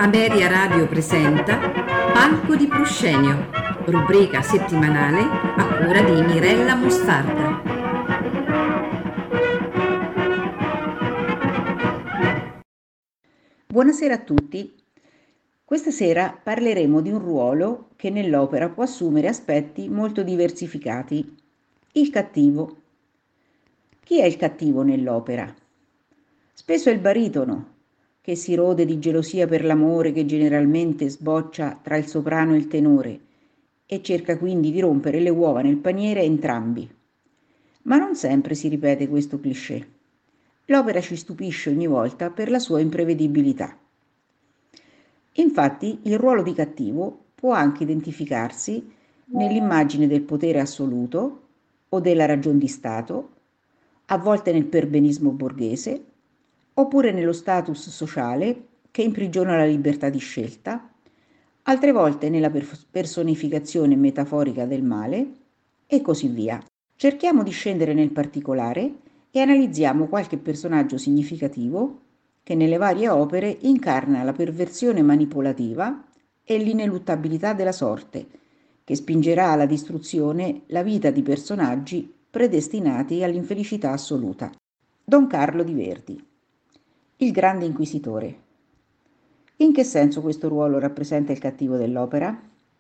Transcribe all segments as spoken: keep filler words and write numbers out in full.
Ameria Radio presenta Palco di Proscenio, rubrica settimanale a cura di Mirella Mostarda. Buonasera a tutti. Questa sera parleremo di un ruolo che nell'opera può assumere aspetti molto diversificati: il cattivo. Chi è il cattivo nell'opera? Spesso è il baritono, che si rode di gelosia per l'amore che generalmente sboccia tra il soprano e il tenore e cerca quindi di rompere le uova nel paniere a entrambi. Ma non sempre si ripete questo cliché. L'opera ci stupisce ogni volta per la sua imprevedibilità. Infatti, il ruolo di cattivo può anche identificarsi nell'immagine del potere assoluto o della ragion di Stato, a volte nel perbenismo borghese, oppure nello status sociale che imprigiona la libertà di scelta, altre volte nella personificazione metaforica del male e così via. Cerchiamo di scendere nel particolare e analizziamo qualche personaggio significativo che nelle varie opere incarna la perversione manipolativa e l'ineluttabilità della sorte, che spingerà alla distruzione la vita di personaggi predestinati all'infelicità assoluta. Don Carlo di Verdi. Il grande inquisitore. In che senso questo ruolo rappresenta il cattivo dell'opera?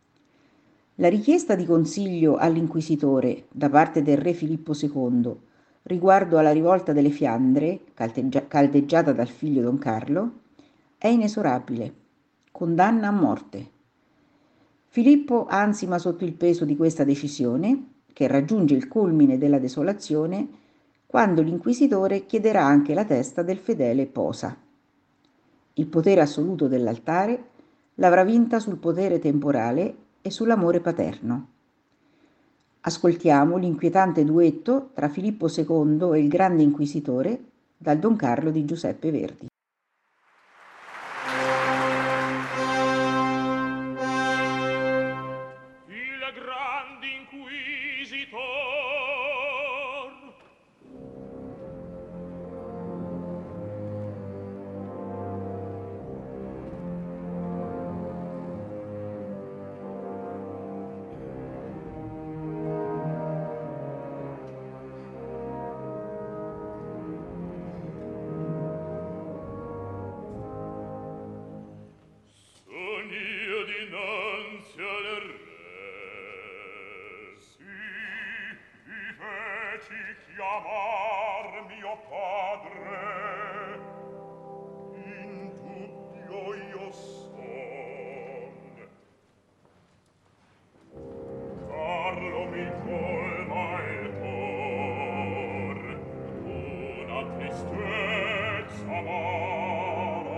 La richiesta di consiglio all'inquisitore da parte del re Filippo secondo riguardo alla rivolta delle Fiandre, caldeggiata dal figlio Don Carlo, è inesorabile, condanna a morte. Filippo ansima sotto il peso di questa decisione, che raggiunge il culmine della desolazione quando l'inquisitore chiederà anche la testa del fedele Posa. Il potere assoluto dell'altare l'avrà vinta sul potere temporale e sull'amore paterno. Ascoltiamo l'inquietante duetto tra Filippo secondo e il grande inquisitore dal Don Carlo di Giuseppe Verdi. Chiamar mio padre, in dubbio io son. Carlo mi colma il cor, una tristezza amara.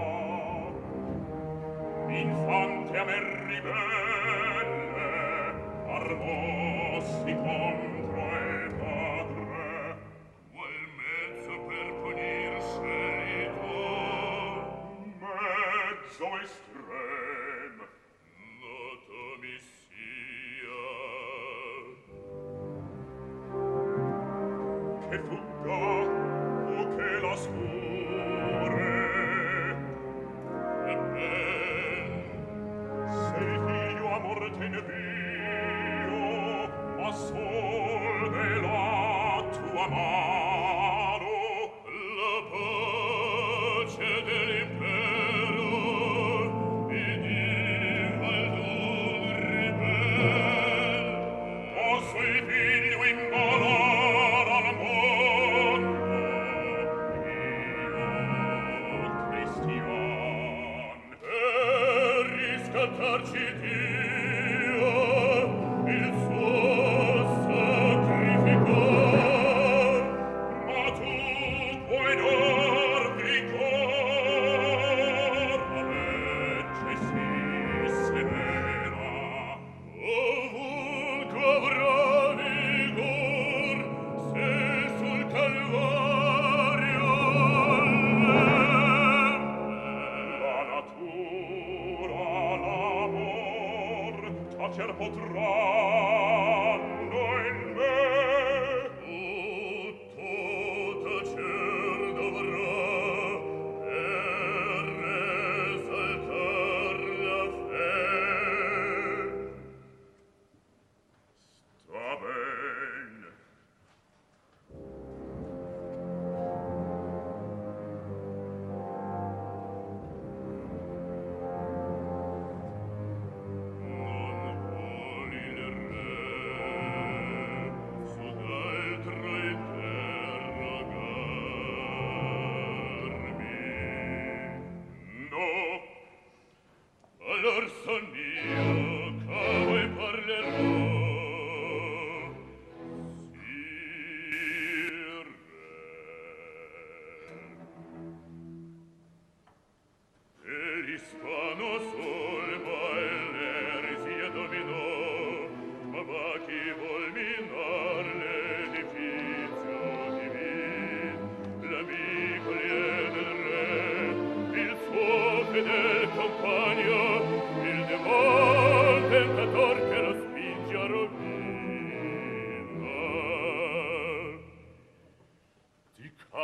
Infante a me ribelle, armossi contro il padre. Qual mezzo per punirseli tu? Mezzo estrem, noto mi sia. Che fugga o che la scure? E ben, se il figlio a morte ne vio, ma sol de la tua mano, la pace dell'impero ed il valor ribelle, posso il figlio immolar al mondo, io cristian, e riscattarci Dio, il suo sacrificar. Ma tu puoi darvi cor, la legge si severa, ovunque avrà vigore.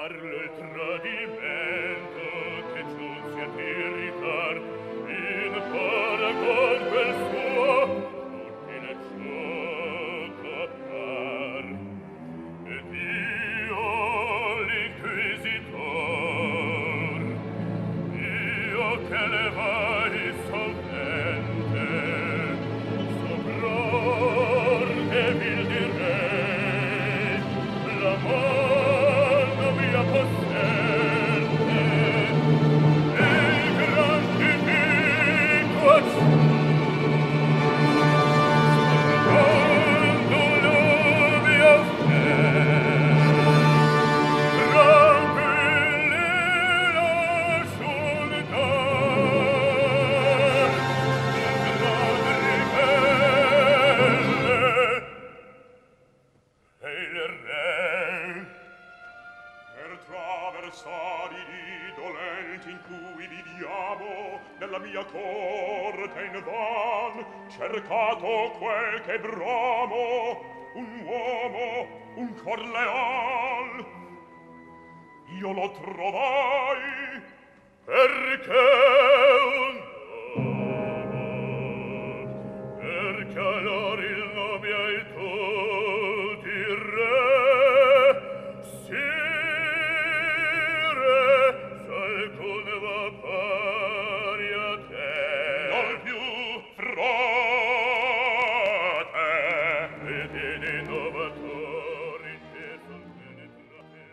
parlo il tradimento che giunse a irritar in paragon quel suo ordine gioco par ed io l'inquisitor io che le vai solvente sopror che vil direi la mano mia possente e il gran divino quando lo mia fe tranquillina sul dar gran ribelle e il re per traversare i dolenti in cui viviamo nella mia corte invan cercato quel che bramo un uomo un cor leal io lo trovai perché un uomo perché allora il nome ai tutti re sire s'alcun va pari a te non più frate ed ed innovatori che son penetrate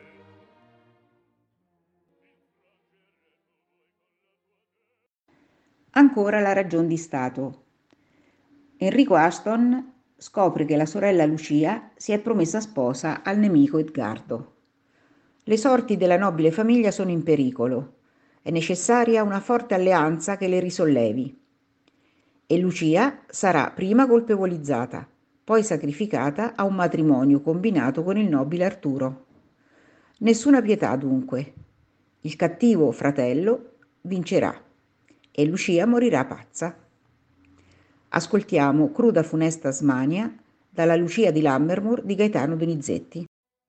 Ancora la ragion di Stato. Enrico Ashton scopre che la sorella Lucia si è promessa sposa al nemico Edgardo. Le sorti della nobile famiglia sono in pericolo. È necessaria una forte alleanza che le risollevi. E Lucia sarà prima colpevolizzata, poi sacrificata a un matrimonio combinato con il nobile Arturo. Nessuna pietà dunque. Il cattivo fratello vincerà e Lucia morirà pazza. Ascoltiamo Cruda funesta smania dalla Lucia di Lammermoor di Gaetano Donizetti.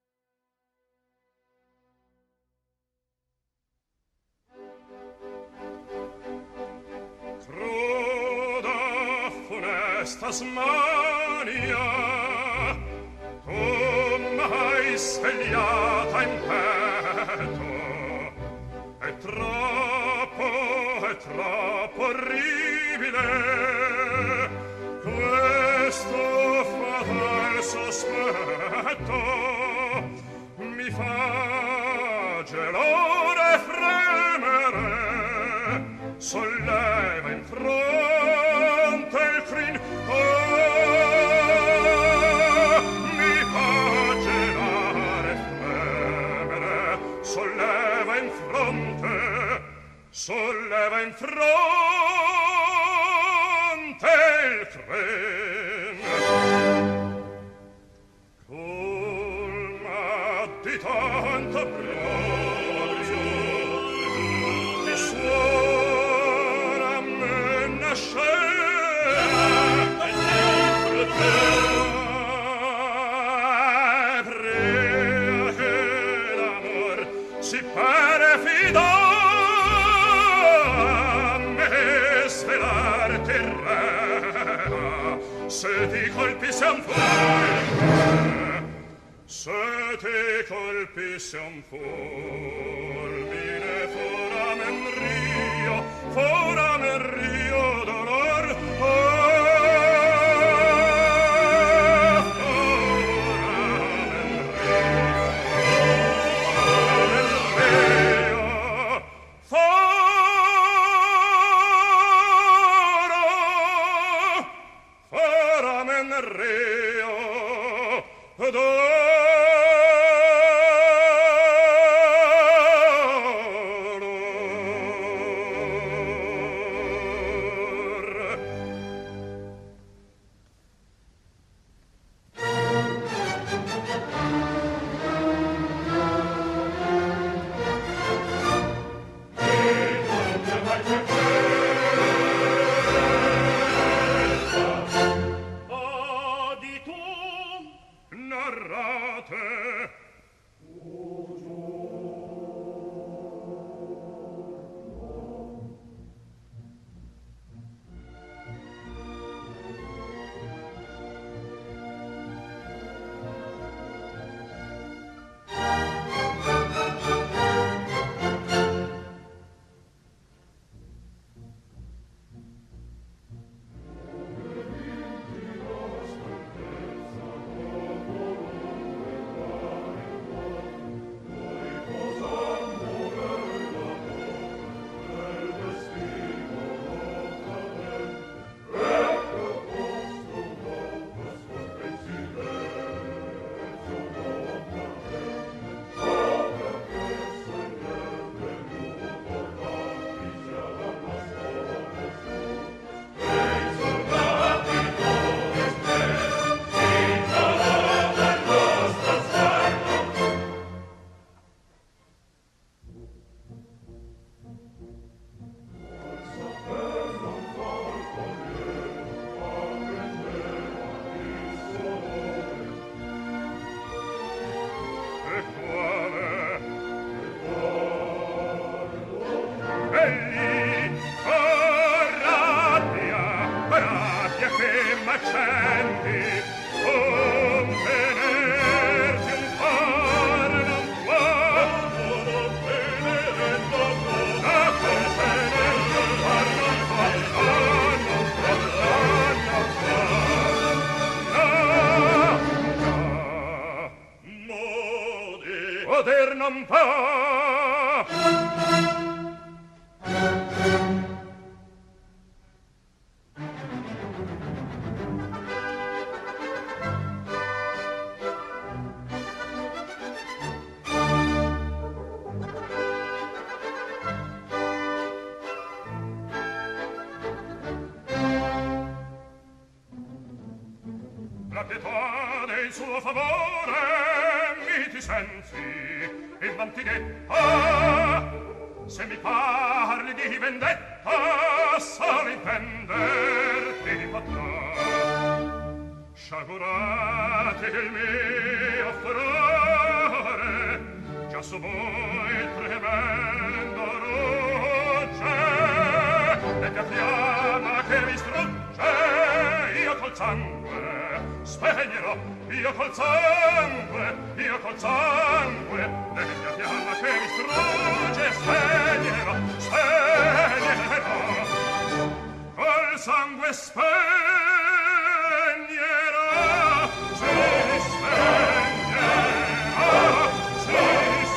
Cruda funesta smania tu m'hai svegliata in petto è troppo, è troppo orribile questo fatal sospetto mi fa gelore fremere solleva in fronte il crin oh, mi fa gelare fremere solleva in fronte solleva in fronte il crin colma di tanta brio di suora me nasceva ebrea che l'amor si pare fidare svelarti il re se ti colpissi un fulmine se ti colpissi un fulmine foramen rio foramen rio dolor oh, foramen rio foramen rio Rio narrate. poter non fa. La pietà del suo favore mi ti sensi e non ti detta, se mi parli di vendetta solo intender ti potrà. Sciagurate il mio furore, già su voi tremendo rugge, e che fiamma che mi strugge io col sangue spegnerò, io col sangue, io col sangue, e mia fiamma che mi strugge, spegnerò, spegnerò, col sangue spegnerò, si spegnerà, si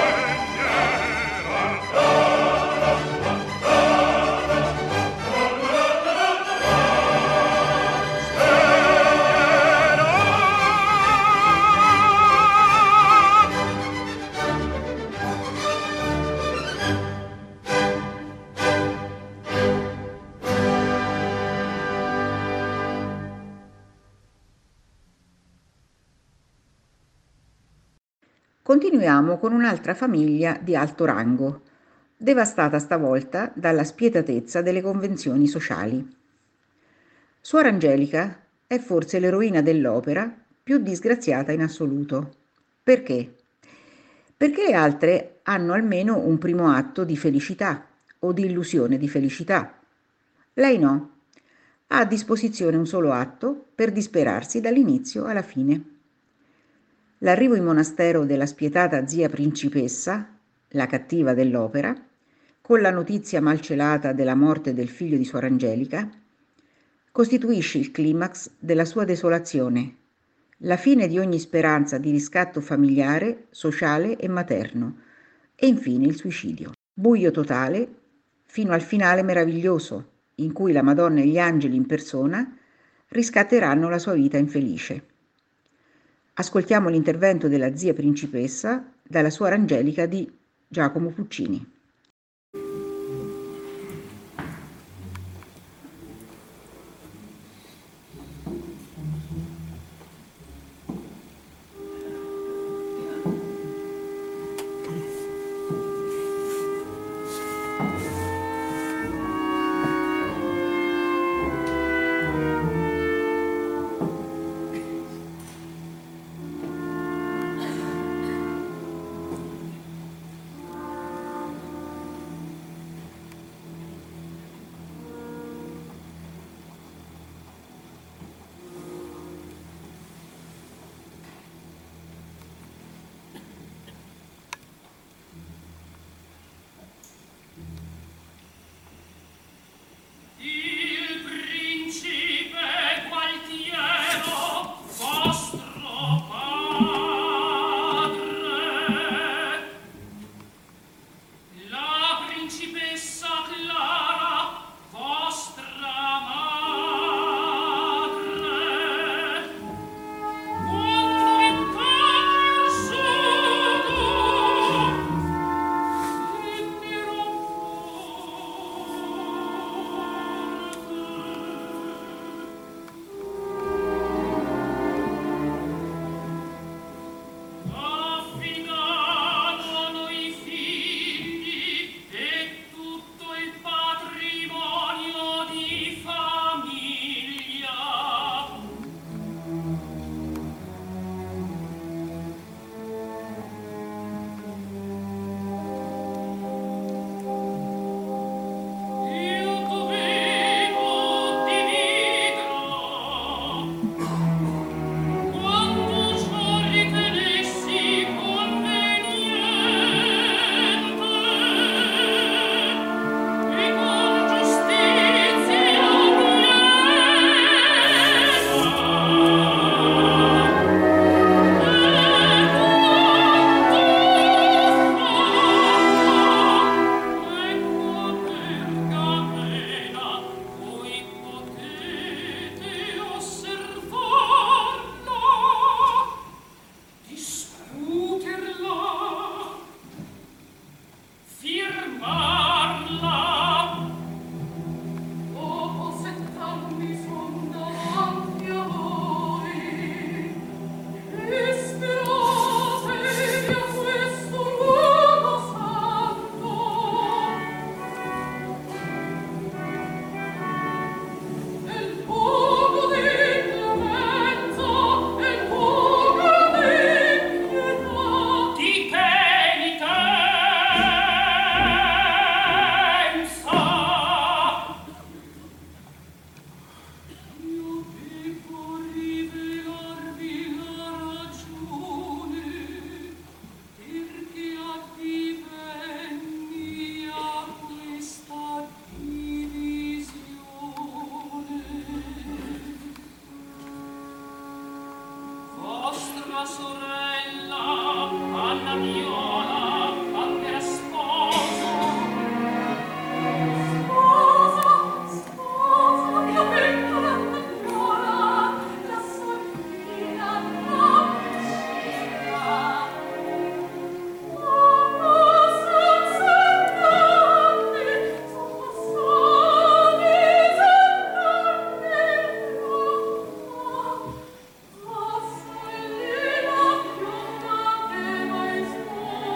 Continuiamo con un'altra famiglia di alto rango, devastata stavolta dalla spietatezza delle convenzioni sociali. Suor Angelica è forse l'eroina dell'opera più disgraziata in assoluto. Perché? Perché le altre hanno almeno un primo atto di felicità o di illusione di felicità. Lei no, ha a disposizione un solo atto per disperarsi dall'inizio alla fine. L'arrivo in monastero della spietata zia principessa, la cattiva dell'opera, con la notizia malcelata della morte del figlio di Suor Angelica, costituisce il climax della sua desolazione, la fine di ogni speranza di riscatto familiare, sociale e materno, e infine il suicidio. Buio totale, fino al finale meraviglioso, in cui la Madonna e gli angeli in persona riscatteranno la sua vita infelice. Ascoltiamo l'intervento della zia principessa dalla Suor Angelica di Giacomo Puccini. Oh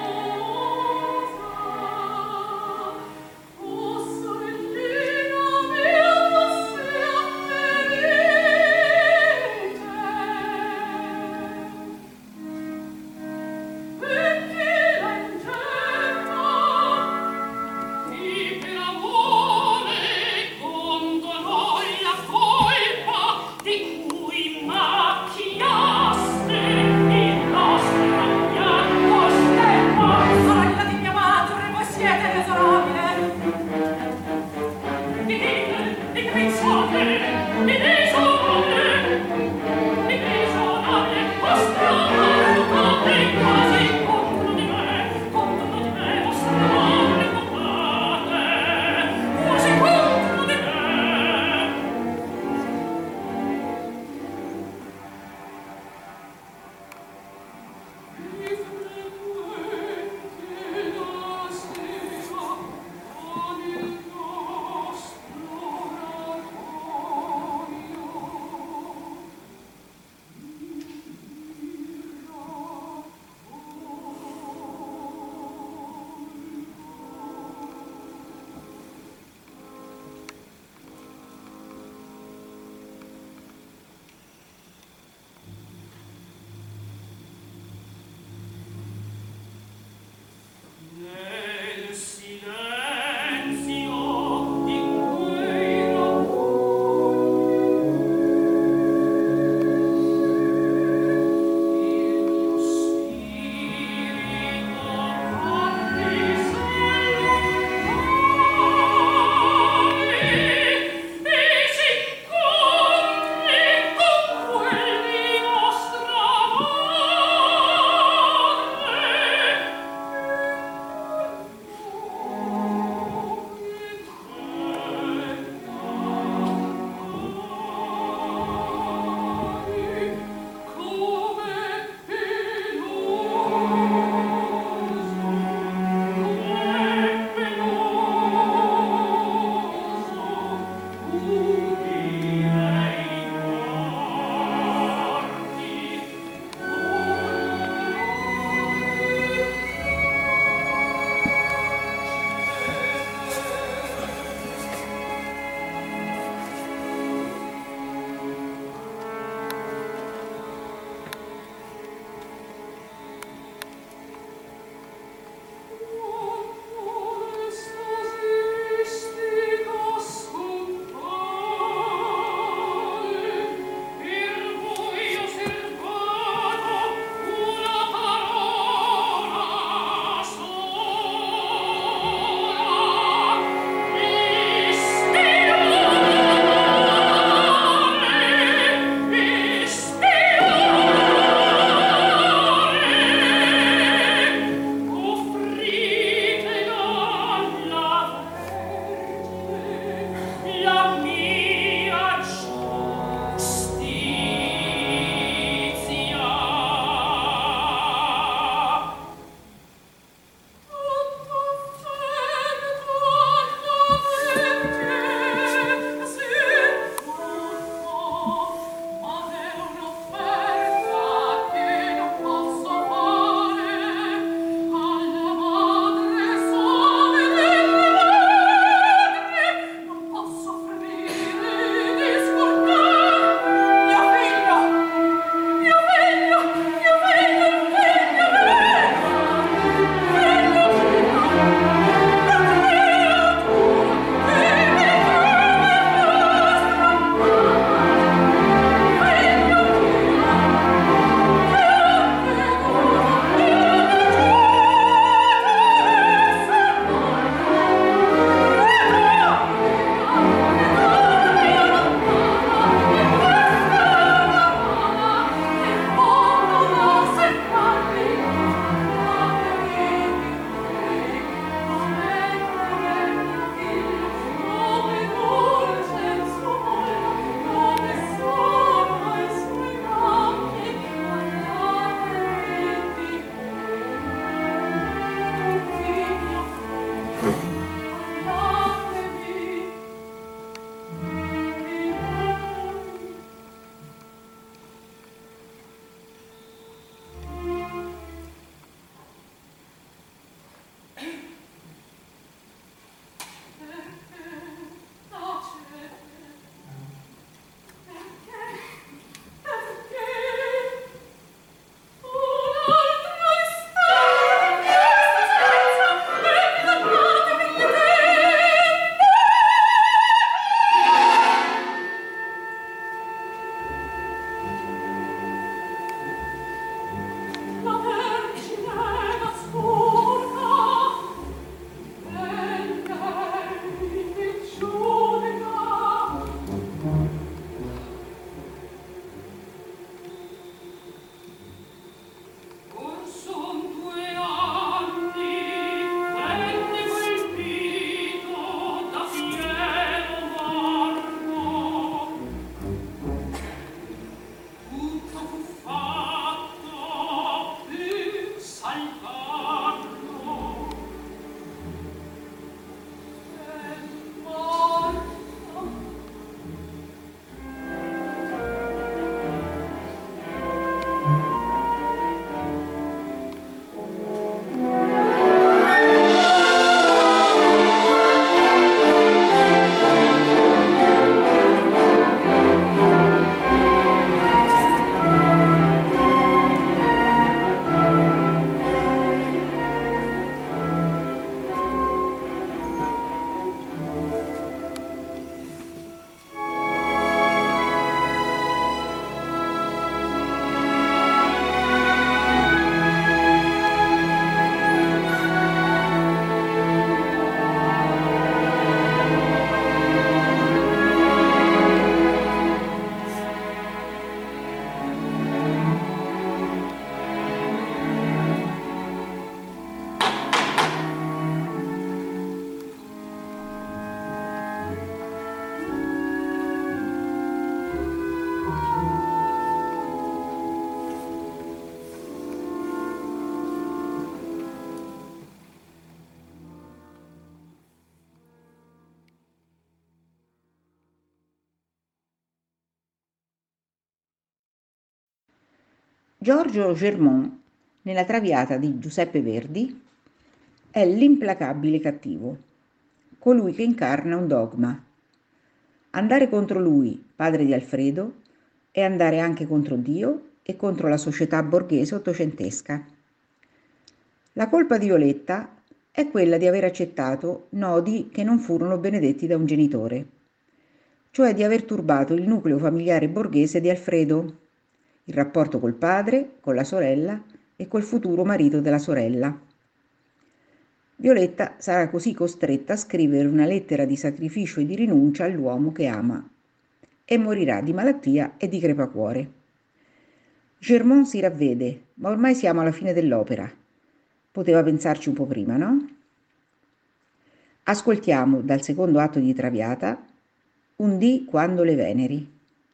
Giorgio Germont, nella Traviata di Giuseppe Verdi, è l'implacabile cattivo, colui che incarna un dogma. Andare contro lui, padre di Alfredo, è andare anche contro Dio e contro la società borghese ottocentesca. La colpa di Violetta è quella di aver accettato nodi che non furono benedetti da un genitore, cioè di aver turbato il nucleo familiare borghese di Alfredo, il rapporto col padre, con la sorella e col futuro marito della sorella. Violetta sarà così costretta a scrivere una lettera di sacrificio e di rinuncia all'uomo che ama e morirà di malattia e di crepacuore. Germont si ravvede, ma ormai siamo alla fine dell'opera. Poteva pensarci un po' prima, no? Ascoltiamo dal secondo atto di Traviata Un dì quando le Veneri.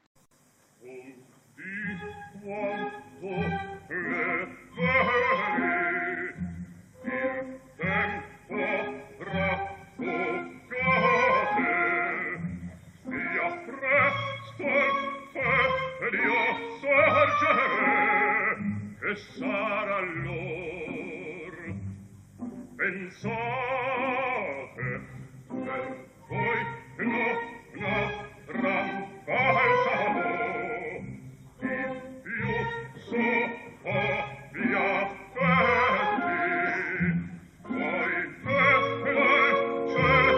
E sarà lor pensate per voi no no rampalzamo il più sopra affetti voi per voi c'è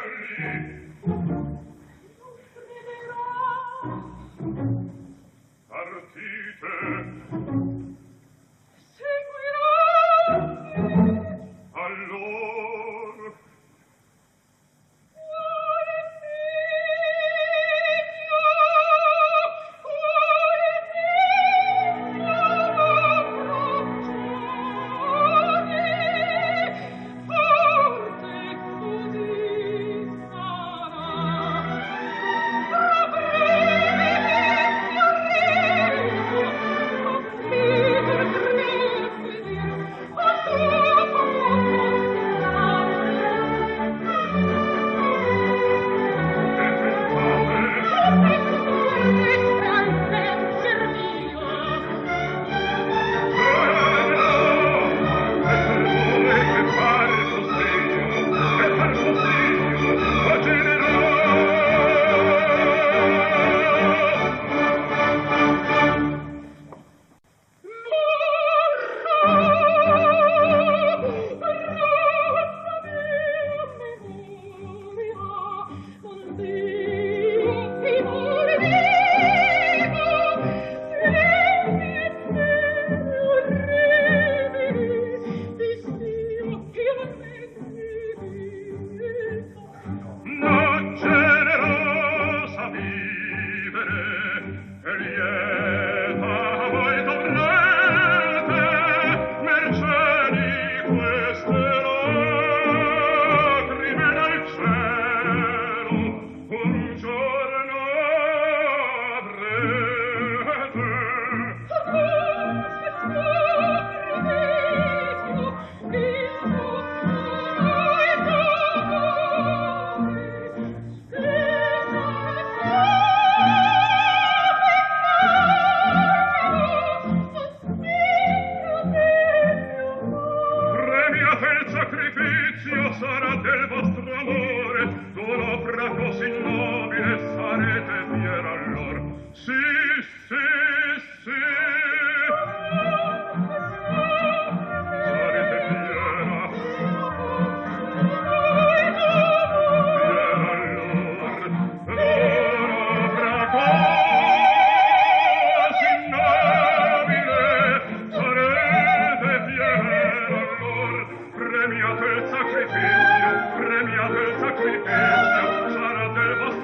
Premiate il sacrificio, premiate il sacrificio, sarà del vostro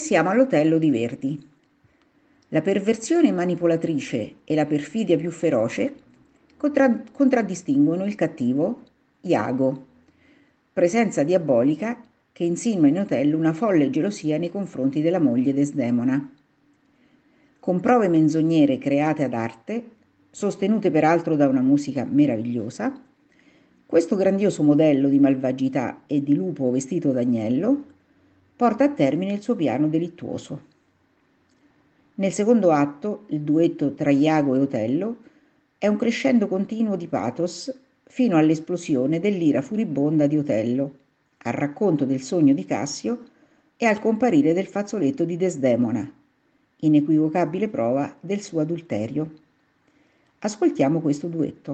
siamo all'Otello di Verdi. La perversione manipolatrice e la perfidia più feroce contra- contraddistinguono il cattivo Iago, presenza diabolica che insinua in Otello una folle gelosia nei confronti della moglie Desdemona. Con prove menzognere create ad arte, sostenute peraltro da una musica meravigliosa, questo grandioso modello di malvagità e di lupo vestito d'agnello porta a termine il suo piano delittuoso. Nel secondo atto, il duetto tra Iago e Otello è un crescendo continuo di pathos fino all'esplosione dell'ira furibonda di Otello, al racconto del sogno di Cassio e al comparire del fazzoletto di Desdemona, inequivocabile prova del suo adulterio. Ascoltiamo questo duetto.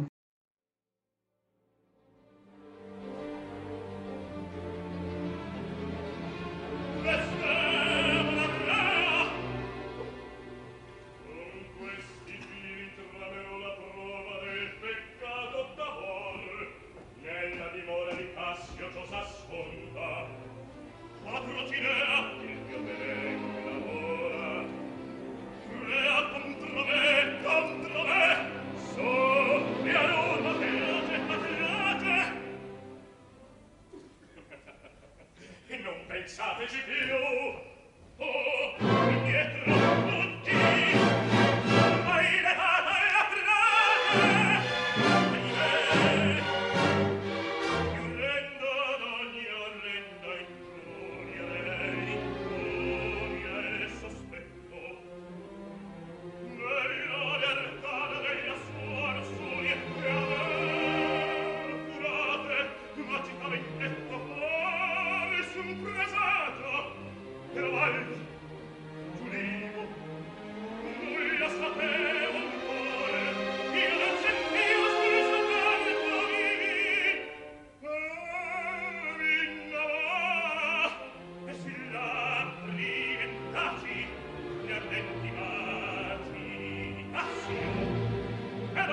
Pensateci più, oh, indietro tutti, hai levata la frate, ahimè, chiudendo ad ogni orrenda incuria lei, incuria e sospetto, nella realtà della sua lussuria che aveva curate, magicamente un presato però valdo giudivo nulla sapevo ancora io non sentivo sul soltanto vivi e innova e si là riventati gli ardenti baci di Cassio ed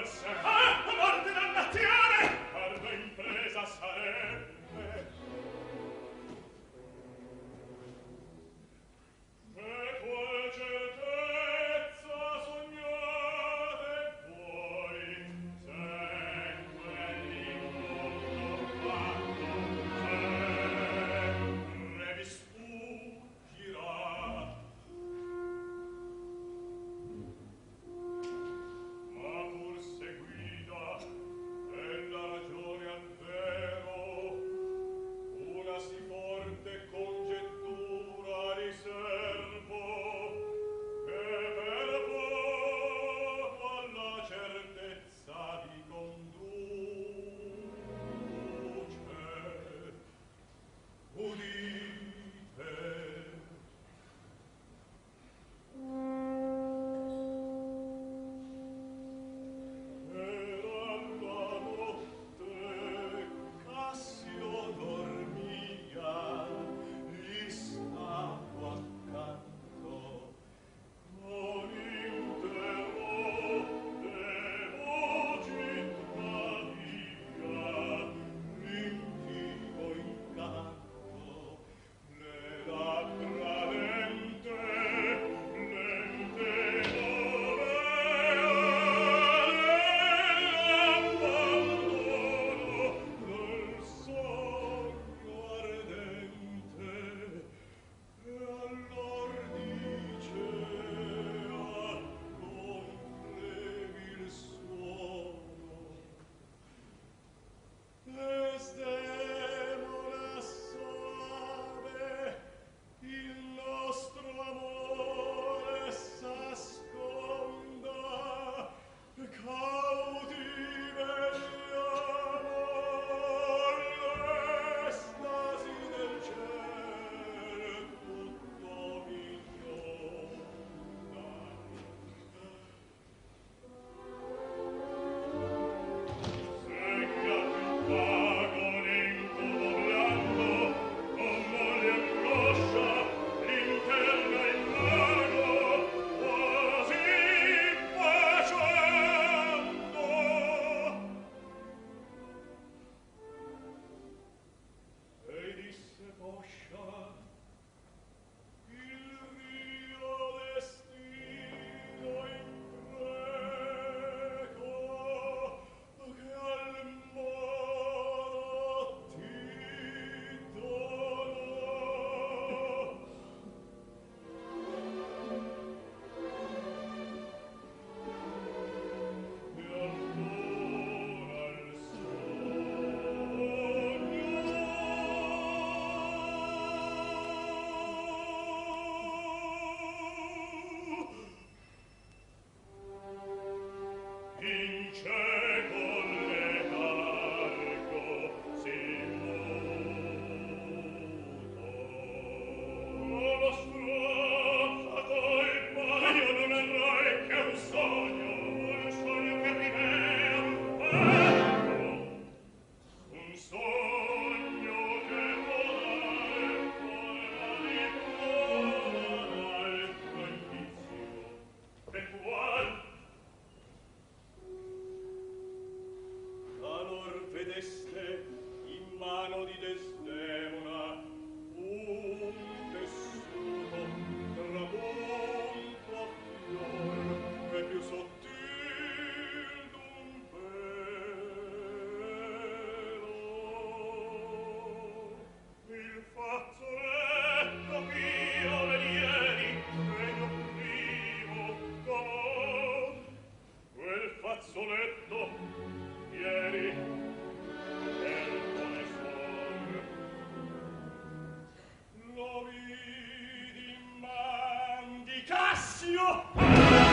Cassio!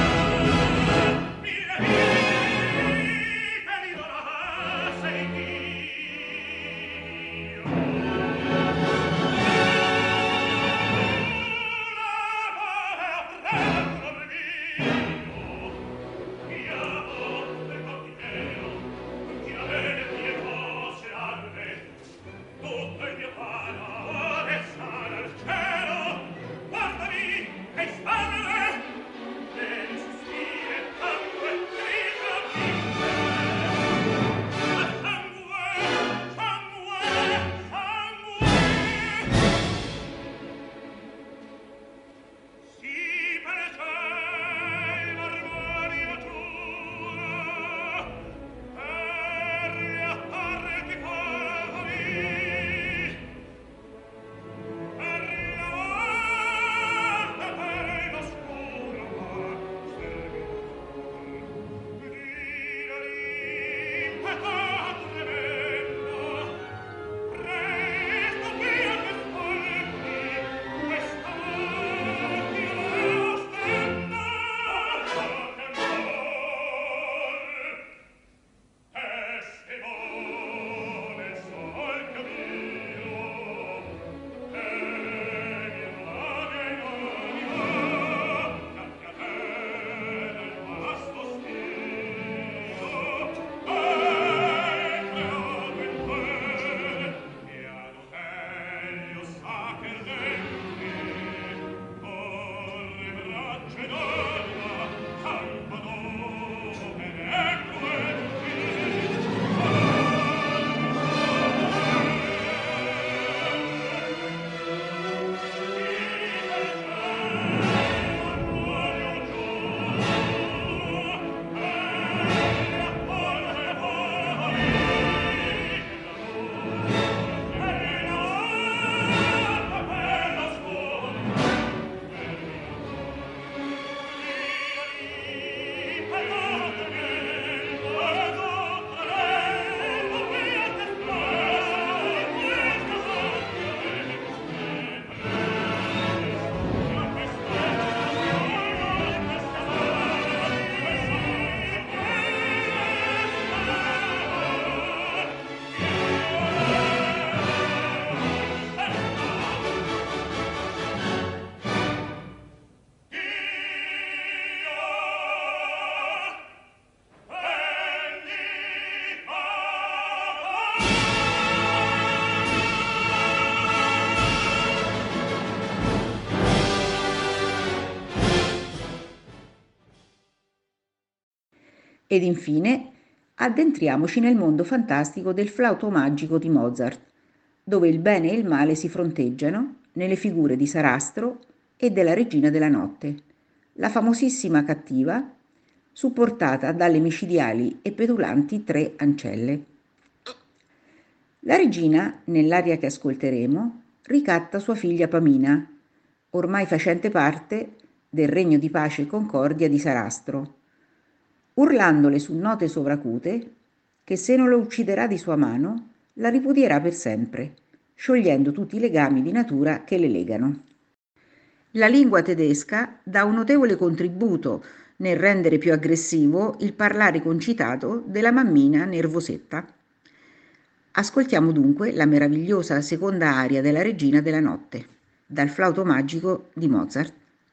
Ed infine addentriamoci nel mondo fantastico del flauto magico di Mozart, dove il bene e il male si fronteggiano nelle figure di Sarastro e della Regina della Notte, la famosissima cattiva supportata dalle micidiali e petulanti tre ancelle. La regina, nell'aria che ascolteremo, ricatta sua figlia Pamina, ormai facente parte del regno di pace e concordia di Sarastro, urlandole su note sovracute che se non lo ucciderà di sua mano la ripudierà per sempre, sciogliendo tutti i legami di natura che le legano. La lingua tedesca dà un notevole contributo nel rendere più aggressivo il parlare concitato della mammina nervosetta. Ascoltiamo dunque la meravigliosa seconda aria della Regina della Notte, dal flauto magico di Mozart.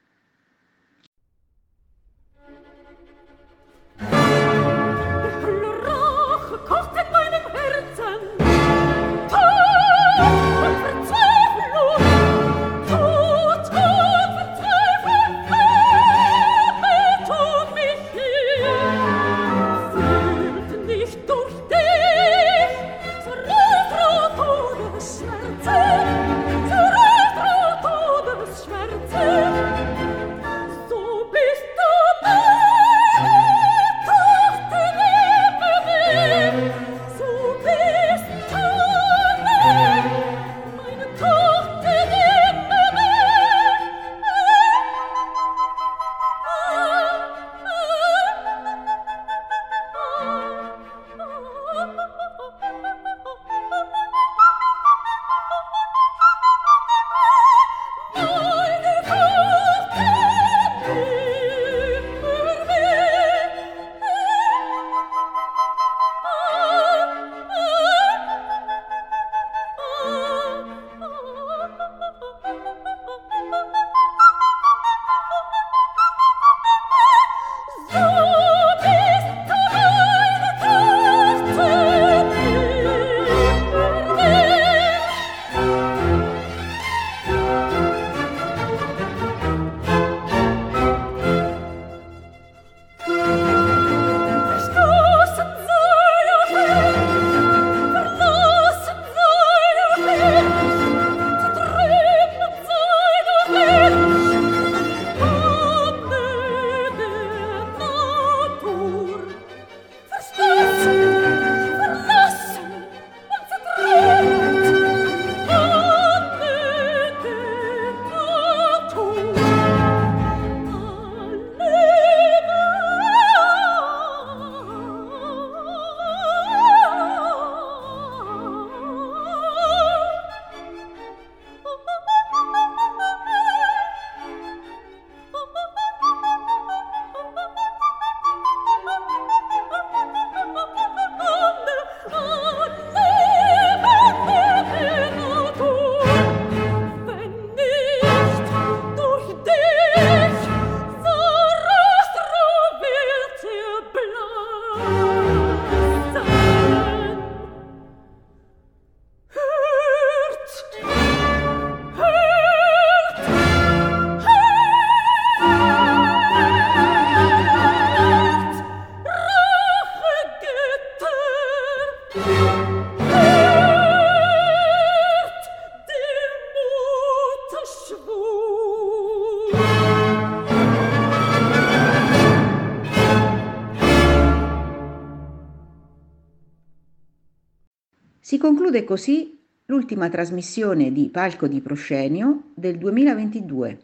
Si conclude così l'ultima trasmissione di Palco di Proscenio del duemilaventidue.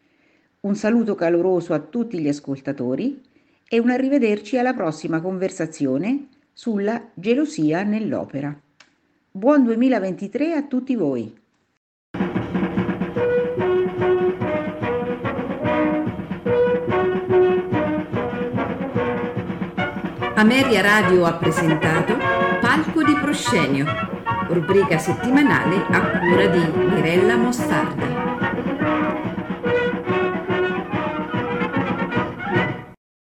Un saluto caloroso a tutti gli ascoltatori e un arrivederci alla prossima conversazione sulla gelosia nell'opera. Buon duemilaventitré a tutti voi! Ameria Radio ha presentato Palco di Proscenio, rubrica settimanale a cura di Mirella Mostarda.